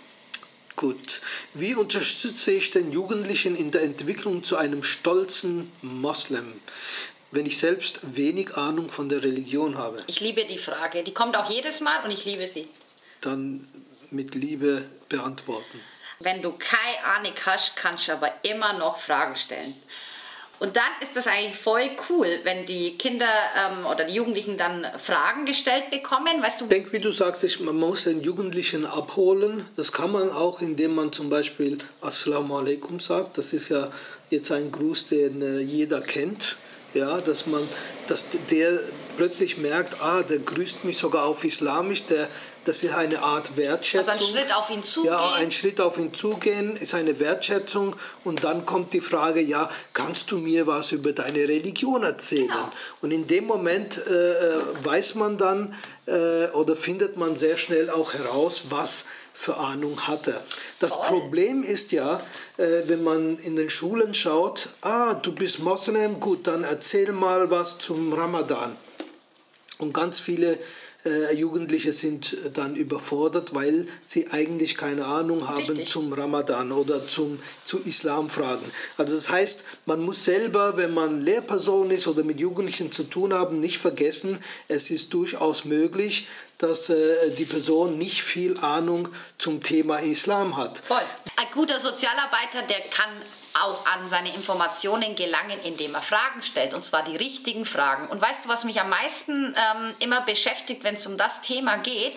Gut. Wie unterstütze ich den Jugendlichen in der Entwicklung zu einem stolzen Moslem, wenn ich selbst wenig Ahnung von der Religion habe? Ich liebe die Frage. Die kommt auch jedes Mal und ich liebe sie. Dann mit Liebe beantworten. Wenn du keine Ahnung hast, kannst du aber immer noch Fragen stellen. Und dann ist das eigentlich voll cool, wenn die Kinder ähm, oder die Jugendlichen dann Fragen gestellt bekommen. Weißt du? Ich denke, wie du sagst, ich, man muss den Jugendlichen abholen. Das kann man auch, indem man zum Beispiel Assalamu alaikum sagt. Das ist ja jetzt ein Gruß, den äh, jeder kennt. Ja, dass man, dass der plötzlich merkt, ah, der grüßt mich sogar auf Islamisch, der, das ist eine Art Wertschätzung. Also ein Schritt auf ihn zugehen. Ja, ein Schritt auf ihn zugehen ist eine Wertschätzung und dann kommt die Frage, ja, kannst du mir was über deine Religion erzählen? Genau. Und in dem Moment äh, weiß man dann äh, oder findet man sehr schnell auch heraus, was für Ahnung hat er. Das Toll. Problem ist ja, äh, wenn man in den Schulen schaut, ah, du bist Moslem, gut, dann erzähl mal was zum Ramadan. Und ganz viele äh, Jugendliche sind dann überfordert, weil sie eigentlich keine Ahnung haben Richtig. zum Ramadan oder zum, zu Islamfragen. Also das heißt, man muss selber, wenn man Lehrperson ist oder mit Jugendlichen zu tun haben, nicht vergessen, es ist durchaus möglich, dass äh, die Person nicht viel Ahnung zum Thema Islam hat. Voll. Ein guter Sozialarbeiter, der kann auch an seine Informationen gelangen, indem er Fragen stellt, und zwar die richtigen Fragen. Und weißt du, was mich am meisten ähm, immer beschäftigt, wenn es um das Thema geht?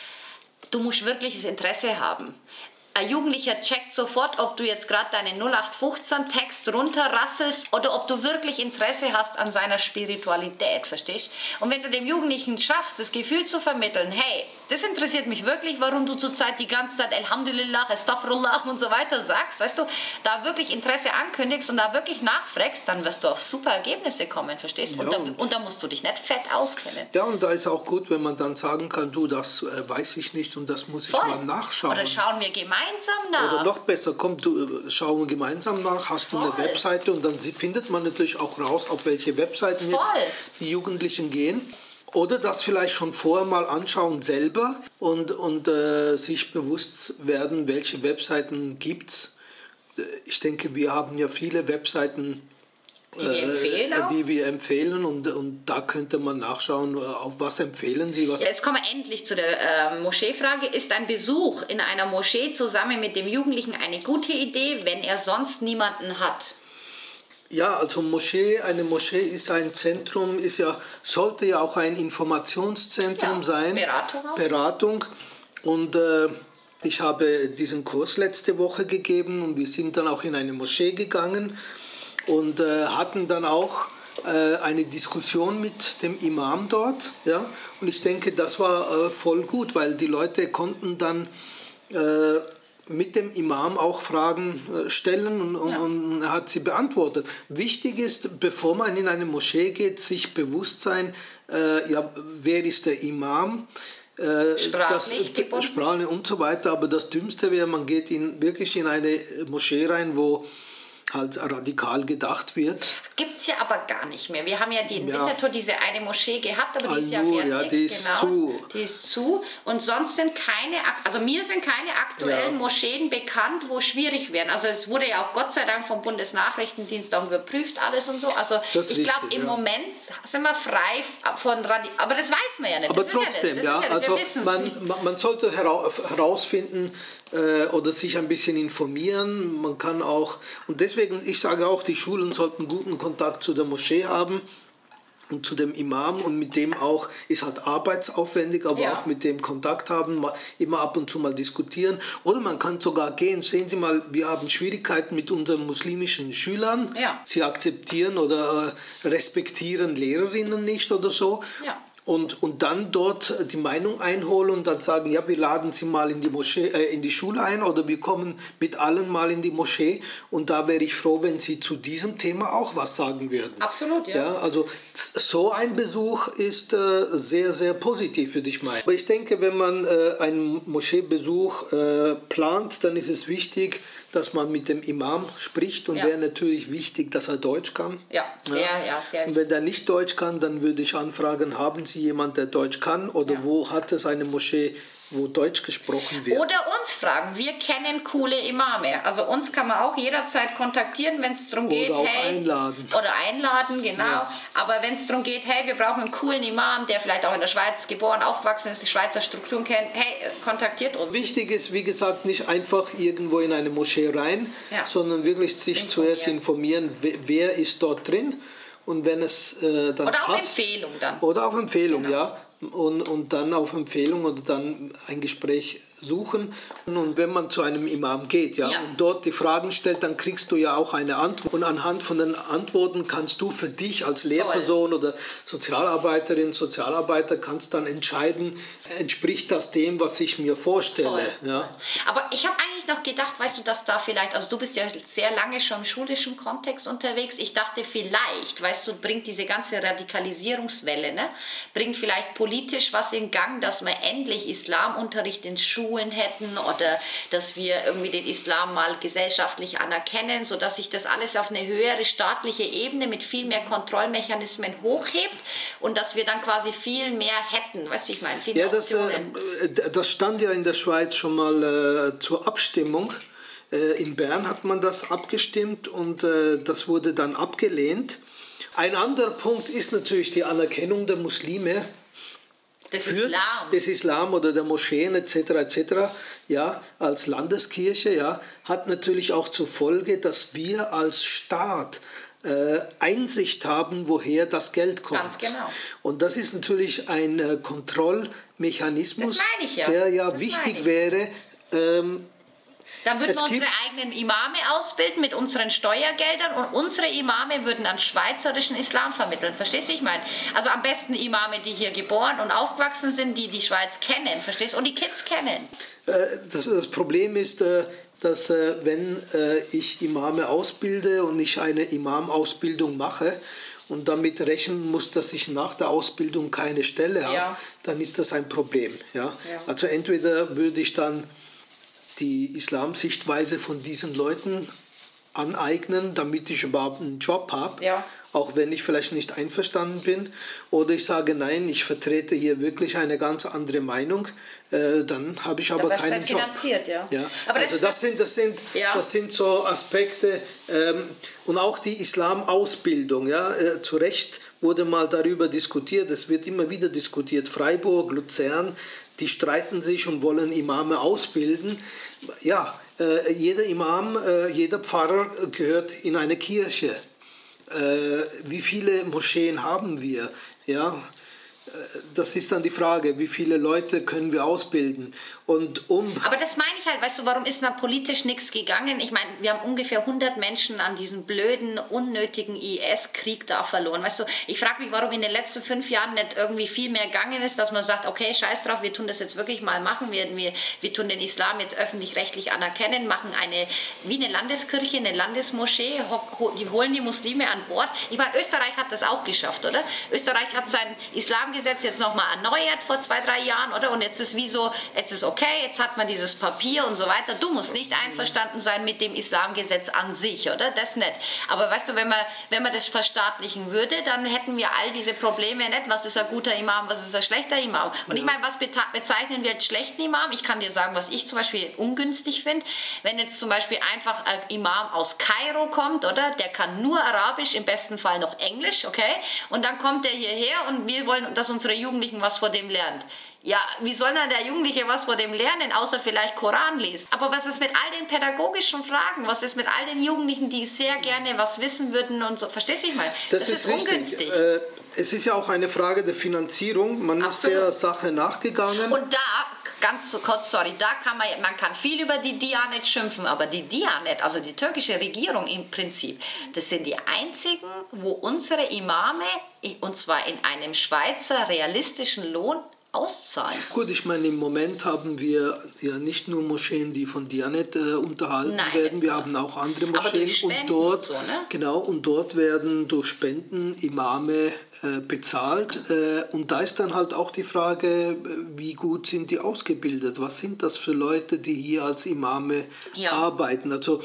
Du musst wirkliches Interesse haben. Ein Jugendlicher checkt sofort, ob du jetzt gerade deinen null acht fünfzehn Text runterrasselst oder ob du wirklich Interesse hast an seiner Spiritualität, verstehst? Und wenn du dem Jugendlichen schaffst, das Gefühl zu vermitteln, hey, das interessiert mich wirklich, warum du zurzeit die ganze Zeit Alhamdulillah, Astaghfirullah und so weiter sagst, weißt du, da wirklich Interesse ankündigst und da wirklich nachfragst, dann wirst du auf super Ergebnisse kommen, verstehst? Ja, und, da, und, und da musst du dich nicht fett auskennen. Ja, und da ist auch gut, wenn man dann sagen kann, du, das äh, weiß ich nicht und das muss ich Voll. mal nachschauen. Oder schauen wir gemeinsam nach. Oder noch besser, komm, du, schauen wir gemeinsam nach, hast du Voll. eine Webseite und dann findet man natürlich auch raus, auf welche Webseiten Voll. jetzt die Jugendlichen gehen. Oder das vielleicht schon vorher mal anschauen selber und, und äh, sich bewusst werden, welche Webseiten gibt es. Ich denke, wir haben ja viele Webseiten, die wir empfehlen, äh, die wir empfehlen und, und da könnte man nachschauen, auf was empfehlen Sie. Was Jetzt kommen wir endlich zu der äh, Moscheefrage. Ist ein Besuch in einer Moschee zusammen mit dem Jugendlichen eine gute Idee, wenn er sonst niemanden hat? Ja, also Moschee, eine Moschee ist ein Zentrum, ist ja, sollte ja auch ein Informationszentrum ja, sein. Beratung auch. Beratung. Und äh, ich habe diesen Kurs letzte Woche gegeben und wir sind dann auch in eine Moschee gegangen und äh, hatten dann auch äh, eine Diskussion mit dem Imam dort. Ja? Und ich denke, das war äh, voll gut, weil die Leute konnten dann äh, mit dem Imam auch Fragen stellen und, und, ja. und er hat sie beantwortet. Wichtig ist, bevor man in eine Moschee geht, sich bewusst sein, äh, ja, wer ist der Imam, äh, sprachlich das, Sprache und so weiter. Aber das Dümmste wäre, man geht in, wirklich in eine Moschee rein, wo halt radikal gedacht wird. Gibt es ja aber gar nicht mehr. Wir haben ja die in ja. Winterthur diese eine Moschee gehabt, aber die ist ja Al-Nur, fertig. Ja, die ist genau, zu. Die ist zu. Und sonst sind keine, also mir sind keine aktuellen ja. Moscheen bekannt, wo schwierig wären. Also es wurde ja auch Gott sei Dank vom Bundesnachrichtendienst auch überprüft alles und so. Also das ich glaube, im ja. Moment sind wir frei von Radi aber das weiß man ja nicht. Aber das trotzdem, ist ja, das. Das ja, ist ja das. also man, man sollte herausfinden äh, oder sich ein bisschen informieren. Man kann auch, und deswegen, ich sage auch, die Schulen sollten guten Kontakt zu der Moschee haben und zu dem Imam und mit dem auch, ist halt arbeitsaufwendig, aber ja. auch mit dem Kontakt haben, immer ab und zu mal diskutieren. Oder man kann sogar gehen, sehen Sie mal, wir haben Schwierigkeiten mit unseren muslimischen Schülern. Ja. Sie akzeptieren oder äh, respektieren Lehrerinnen nicht oder so. Ja. Und, und dann dort die Meinung einholen und dann sagen, ja, wir laden sie mal in die Moschee, äh, in die Schule ein oder wir kommen mit allen mal in die Moschee. Und da wäre ich froh, wenn Sie zu diesem Thema auch was sagen würden. Absolut, ja. ja also so ein Besuch ist äh, sehr, sehr positiv, würde ich meinen. Aber ich denke, wenn man äh, einen Moscheebesuch äh, plant, dann ist es wichtig, dass man mit dem Imam spricht und ja. wäre natürlich wichtig, dass er Deutsch kann. Ja, sehr, ja, ja sehr wichtig. Und wenn er nicht Deutsch kann, dann würde ich anfragen, haben Sie jemanden, der Deutsch kann oder ja. wo hat es eine Moschee, wo Deutsch gesprochen wird? Oder uns fragen, wir kennen coole Imame. Also uns kann man auch jederzeit kontaktieren, wenn es darum geht, oder auch hey, einladen. Oder einladen, genau. Ja. Aber wenn es darum geht, hey, wir brauchen einen coolen Imam, der vielleicht auch in der Schweiz geboren, aufgewachsen ist, die Schweizer Strukturen kennt, hey, kontaktiert uns. Wichtig ist, wie gesagt, nicht einfach irgendwo in eine Moschee rein, ja. sondern wirklich sich informieren. zuerst informieren, wer ist dort drin. Und wenn es äh, dann Oder auch passt, Empfehlung dann. Oder auch Empfehlung, genau. ja. Und, und dann auf Empfehlung oder dann ein Gespräch suchen. Und wenn man zu einem Imam geht, ja, ja. und dort die Fragen stellt, dann kriegst du ja auch eine Antwort. Und anhand von den Antworten kannst du für dich als Lehrperson Voll. oder Sozialarbeiterin, Sozialarbeiter kannst dann entscheiden, entspricht das dem, was ich mir vorstelle. Ja. Aber ich habe eigentlich noch gedacht, weißt du, dass da vielleicht, also du bist ja sehr lange schon im schulischen Kontext unterwegs, ich dachte vielleicht, weißt du, bringt diese ganze Radikalisierungswelle, ne, bringt vielleicht politisch was in Gang, dass wir endlich Islamunterricht in Schulen hätten oder dass wir irgendwie den Islam mal gesellschaftlich anerkennen, sodass sich das alles auf eine höhere staatliche Ebene mit viel mehr Kontrollmechanismen hochhebt und dass wir dann quasi viel mehr hätten. Weißt du, wie ich meine? Viel ja, mehr das, äh, das stand ja in der Schweiz schon mal äh, zur Abstimmung. Äh, in Bern hat man das abgestimmt und äh, das wurde dann abgelehnt. Ein anderer Punkt ist natürlich die Anerkennung der Muslime. Des Islam. des Islam oder der Moscheen et cetera et cetera ja, als Landeskirche ja, hat natürlich auch zur Folge, dass wir als Staat äh, Einsicht haben, woher das Geld kommt. Ganz genau. Und das ist natürlich ein äh, Kontrollmechanismus, das meine ich ja. der ja das wichtig wäre. Ähm, Dann würden es wir unsere eigenen Imame ausbilden mit unseren Steuergeldern und unsere Imame würden dann schweizerischen Islam vermitteln. Verstehst du, wie ich meine? Also am besten Imame, die hier geboren und aufgewachsen sind, die die Schweiz kennen, verstehst du? Und die Kids kennen. Äh, das, das Problem ist, äh, dass äh, wenn äh, ich Imame ausbilde und ich eine Imam-Ausbildung mache, und damit rechnen muss, dass ich nach der Ausbildung keine Stelle habe, ja. dann ist das ein Problem. Ja? Ja. Also entweder würde ich dann die Islamsichtweise von diesen Leuten aneignen, damit ich überhaupt einen Job habe, ja. auch wenn ich vielleicht nicht einverstanden bin. Oder ich sage, nein, ich vertrete hier wirklich eine ganz andere Meinung, äh, dann habe ich aber keinen Job. Finanziert, ja. Ja. Aber also das sind, das sind, ja. das sind so Aspekte ähm, und auch die Islamausbildung. Ja, äh, zu Recht wurde mal darüber diskutiert, es wird immer wieder diskutiert, Freiburg, Luzern, die streiten sich und wollen Imame ausbilden. Ja, äh, jeder Imam, äh, jeder Pfarrer gehört in eine Kirche. Äh, wie viele Moscheen haben wir? Ja, äh, das ist dann die Frage, wie viele Leute können wir ausbilden? Und um Aber das meine ich halt, weißt du, warum ist da politisch nichts gegangen? Ich meine, wir haben ungefähr hundert Menschen an diesem blöden, unnötigen I S-Krieg da verloren. Weißt du, ich frage mich, warum in den letzten fünf Jahren nicht irgendwie viel mehr gegangen ist, dass man sagt, okay, scheiß drauf, wir tun das jetzt wirklich mal machen, wir, wir, wir tun den Islam jetzt öffentlich-rechtlich anerkennen, machen eine, wie eine Landeskirche, eine Landesmoschee, die holen die Muslime an Bord. Ich meine, Österreich hat das auch geschafft, oder? Österreich hat sein Islamgesetz jetzt nochmal erneuert vor zwei, drei Jahren, oder? Und jetzt ist wie so, jetzt ist okay, jetzt hat man dieses Papier und so weiter. Du musst nicht einverstanden sein mit dem Islamgesetz an sich, oder? Das nicht. Aber weißt du, wenn man, wenn man das verstaatlichen würde, dann hätten wir all diese Probleme nicht. Was ist ein guter Imam, was ist ein schlechter Imam? Und ich meine, was bezeichnen wir als schlechten Imam? Ich kann dir sagen, was ich zum Beispiel ungünstig finde. Wenn jetzt zum Beispiel einfach ein Imam aus Kairo kommt, oder? Der kann nur Arabisch, im besten Fall noch Englisch, okay? Und dann kommt der hierher und wir wollen, dass unsere Jugendlichen was vor dem lernen. Ja, wie soll dann der Jugendliche was vor dem lernen, außer vielleicht Koran lesen? Aber was ist mit all den pädagogischen Fragen? Was ist mit all den Jugendlichen, die sehr gerne was wissen würden und so? Verstehst du, wie ich meine? Das, das ist, ist ungünstig. Äh, es ist ja auch eine Frage der Finanzierung. Man Absolut. ist der Sache nachgegangen. Und da, ganz kurz, sorry, da kann man, man kann viel über die Diyanet schimpfen, aber die Diyanet, also die türkische Regierung im Prinzip, das sind die einzigen, wo unsere Imame, und zwar in einem Schweizer realistischen Lohn, auszahlen. Gut, ich meine, im Moment haben wir ja nicht nur Moscheen, die von Diyanet äh, unterhalten Nein, werden, wir ja. haben auch andere Aber Moscheen durch und Spenden dort und so, ne? genau und dort werden durch Spenden Imame äh, bezahlt äh, und da ist dann halt auch die Frage, wie gut sind die ausgebildet? Was sind das für Leute, die hier als Imame Ja. arbeiten? Also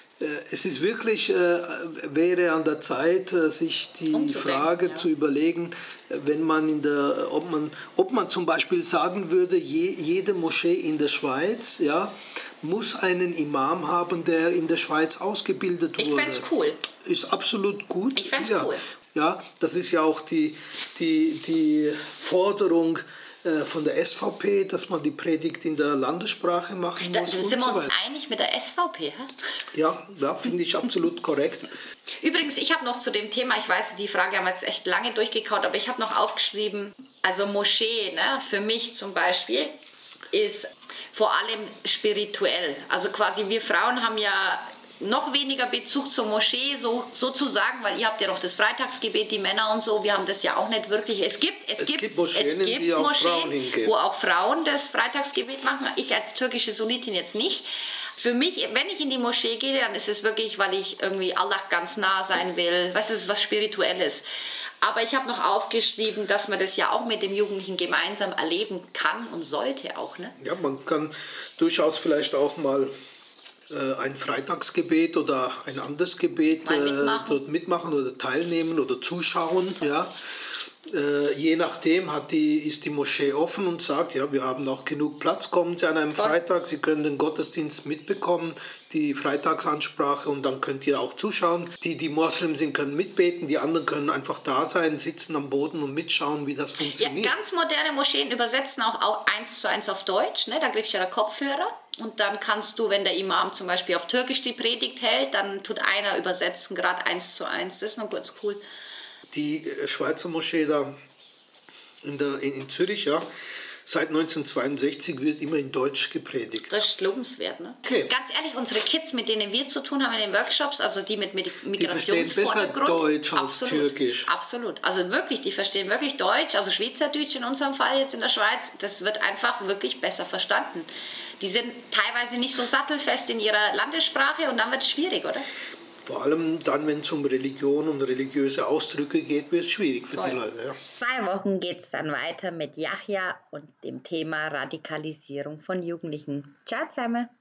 es ist wirklich, äh, wäre an der Zeit, äh, sich die Umzudenken, Frage ja. zu überlegen, wenn man in der, ob man, ob man zum Beispiel sagen würde, je, jede Moschee in der Schweiz, ja, muss einen Imam haben, der in der Schweiz ausgebildet Ich wurde. fände es cool. Ist absolut gut. Ich fände es ja. cool. Ja, das ist ja auch die, die, die Forderung von der S V P, dass man die Predigt in der Landessprache machen Da muss. sind und wir so uns weiter. einig mit der S V P. Hä? Ja, ja, finde ich absolut korrekt. Übrigens, ich habe noch zu dem Thema, ich weiß, die Frage haben wir jetzt echt lange durchgekaut, aber ich habe noch aufgeschrieben, also Moschee, ne, für mich zum Beispiel, ist vor allem spirituell. Also quasi wir Frauen haben ja noch weniger Bezug zur Moschee, so, sozusagen, weil ihr habt ja noch das Freitagsgebet, die Männer und so, wir haben das ja auch nicht wirklich. Es gibt, es Es gibt, gibt Moscheen, es gibt die auch Moscheen, Frauen hingehen. wo auch Frauen das Freitagsgebet machen. Ich als türkische Sunnitin jetzt nicht. Für mich, wenn ich in die Moschee gehe, dann ist es wirklich, weil ich irgendwie Allah ganz nah sein will. Weißt du, es ist was Spirituelles. Aber ich habe noch aufgeschrieben, dass man das ja auch mit dem Jugendlichen gemeinsam erleben kann und sollte auch. Ne? Ja, man kann durchaus vielleicht auch mal ein Freitagsgebet oder ein anderes Gebet mitmachen. dort mitmachen oder teilnehmen oder zuschauen. Ja. Äh, je nachdem hat die, ist die Moschee offen und sagt, ja, wir haben noch genug Platz, kommen Sie an einem Gott. Freitag, Sie können den Gottesdienst mitbekommen, die Freitagsansprache und dann könnt ihr auch zuschauen. Die, die Moslem sind, können mitbeten, die anderen können einfach da sein, sitzen am Boden und mitschauen, wie das funktioniert. Ja, ganz moderne Moscheen übersetzen auch eins zu eins auf Deutsch, ne? Da kriegst du ja der Kopfhörer und dann kannst du, wenn der Imam zum Beispiel auf Türkisch die Predigt hält, dann tut einer übersetzen, gerade eins zu eins, das ist noch ganz cool. Die Schweizer Moschee da in, der, in, in Zürich, ja, seit neunzehnhundertzweiundsechzig wird immer in Deutsch gepredigt. Das ist lobenswert, ne? Okay. Ganz ehrlich, unsere Kids, mit denen wir zu tun haben in den Workshops, also die mit Migrationsvordergrund. Die verstehen besser Deutsch als absolut, Türkisch. Absolut. Also wirklich, die verstehen wirklich Deutsch, also Schweizerdeutsch in unserem Fall jetzt in der Schweiz, das wird einfach wirklich besser verstanden. Die sind teilweise nicht so sattelfest in ihrer Landessprache und dann wird es schwierig, oder? Vor allem dann, wenn es um Religion und religiöse Ausdrücke geht, wird es schwierig für Voll. die Leute. Ja. Zwei Wochen geht es dann weiter mit Yahya und dem Thema Radikalisierung von Jugendlichen. Ciao zusammen!